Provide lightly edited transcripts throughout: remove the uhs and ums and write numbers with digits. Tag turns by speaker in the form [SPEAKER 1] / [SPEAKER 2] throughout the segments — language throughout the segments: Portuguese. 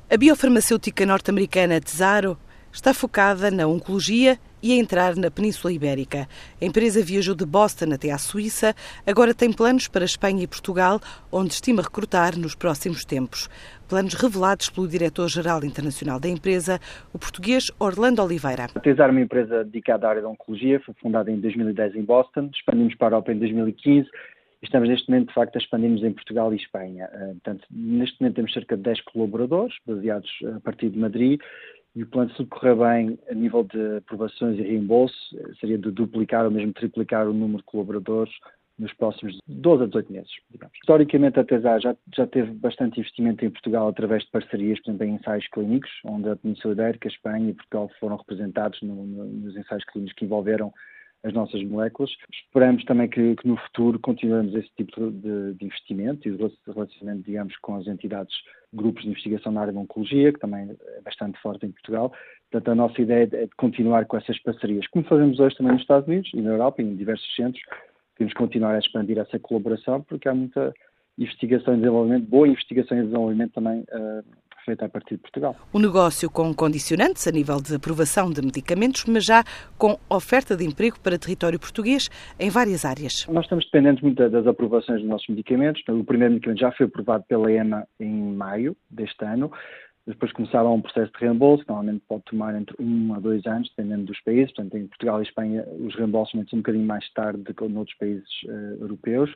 [SPEAKER 1] A biofarmacêutica norte-americana Tesaro está focada na oncologia e a entrar na Península Ibérica. A empresa viajou de Boston até à Suíça, agora tem planos para Espanha e Portugal, onde estima recrutar nos próximos tempos. Planos revelados pelo diretor-geral internacional da empresa, o português Orlando Oliveira.
[SPEAKER 2] A Tesaro é uma empresa dedicada à área da oncologia, foi fundada em 2010 em Boston, expandimos para a Europa em 2015 e estamos neste momento, de facto, a expandirmos em Portugal e Espanha. Portanto, neste momento temos cerca de 10 colaboradores, baseados a partir de Madrid, e o plano, se tudo correr bem, a nível de aprovações e reembolso, seria de duplicar ou mesmo triplicar o número de colaboradores nos próximos 12 a 18 meses, digamos. Historicamente, a Tesaro já teve bastante investimento em Portugal através de parcerias, por exemplo, em ensaios clínicos, onde a Península Ibérica, a Espanha e Portugal foram representados nos ensaios clínicos que envolveram as nossas moléculas. Esperamos também que no futuro continuemos esse tipo de investimento e de relacionamento, digamos, com as entidades, grupos de investigação na área da oncologia, que também é bastante forte em Portugal. Portanto, a nossa ideia é de continuar com essas parcerias, como fazemos hoje também nos Estados Unidos e na Europa, em diversos centros. Queremos continuar a expandir essa colaboração, porque há muita investigação e desenvolvimento, boa investigação e desenvolvimento também feita a partir de Portugal.
[SPEAKER 1] Um negócio com condicionantes a nível de aprovação de medicamentos, mas já com oferta de emprego para território português em várias áreas.
[SPEAKER 2] Nós estamos dependentes muito das aprovações dos nossos medicamentos. O primeiro medicamento já foi aprovado pela EMA em maio deste ano. Depois começava um processo de reembolso, que normalmente pode tomar entre 1 a 2 anos, dependendo dos países. Portanto, em Portugal e Espanha, os reembolsos são um bocadinho mais tarde do que noutros países europeus.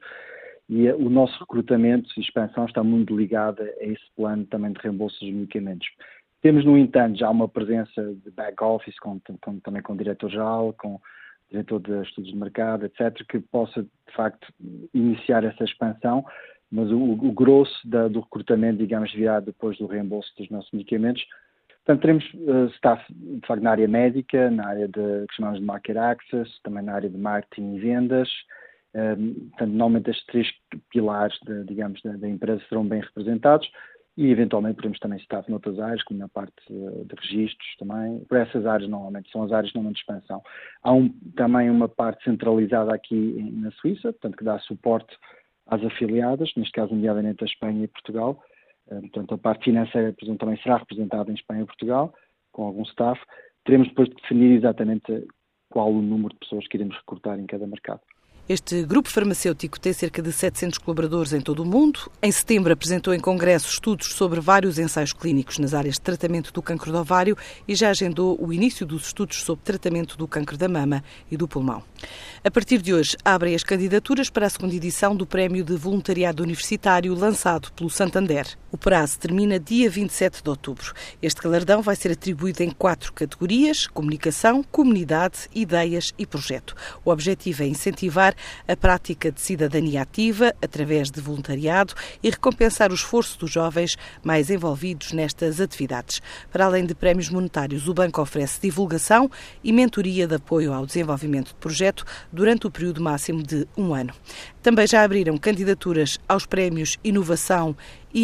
[SPEAKER 2] E o nosso recrutamento e expansão está muito ligado a esse plano também de reembolso dos medicamentos. Temos, no entanto, já uma presença de back-office, também com o diretor-geral, com o diretor de estudos de mercado, etc., que possa, de facto, iniciar essa expansão, mas o grosso do recrutamento, digamos, virá depois do reembolso dos nossos medicamentos. Portanto, teremos staff, de facto, na área médica, na área que chamamos de market access, também na área de marketing e vendas. Portanto, normalmente estes 3 pilares, da empresa serão bem representados e, eventualmente, teremos também staff noutras áreas, como na parte de registros também. Por essas áreas, normalmente, são as áreas de expansão. Há também uma parte centralizada aqui na Suíça, portanto, que dá suporte às afiliadas, neste caso, nomeadamente a Espanha e Portugal. Portanto, a parte financeira, por exemplo, também será representada em Espanha e Portugal, com algum staff. Teremos depois de definir exatamente qual o número de pessoas que iremos recrutar em cada mercado.
[SPEAKER 1] Este grupo farmacêutico tem cerca de 700 colaboradores em todo o mundo. Em setembro apresentou em congresso estudos sobre vários ensaios clínicos nas áreas de tratamento do cancro do ovário e já agendou o início dos estudos sobre tratamento do cancro da mama e do pulmão. A partir de hoje, abrem as candidaturas para a segunda edição do Prémio de Voluntariado Universitário lançado pelo Santander. O prazo termina dia 27 de outubro. Este galardão vai ser atribuído em 4 categorias: comunicação, comunidade, ideias e projeto. O objetivo é incentivar a prática de cidadania ativa através de voluntariado e recompensar o esforço dos jovens mais envolvidos nestas atividades. Para além de prémios monetários, o banco oferece divulgação e mentoria de apoio ao desenvolvimento de projeto durante o período máximo de 1 ano. Também já abriram candidaturas aos prémios Inovação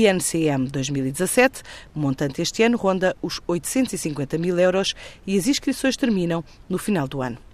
[SPEAKER 1] INCM 2017. O montante este ano ronda os 850 mil euros e as inscrições terminam no final do ano.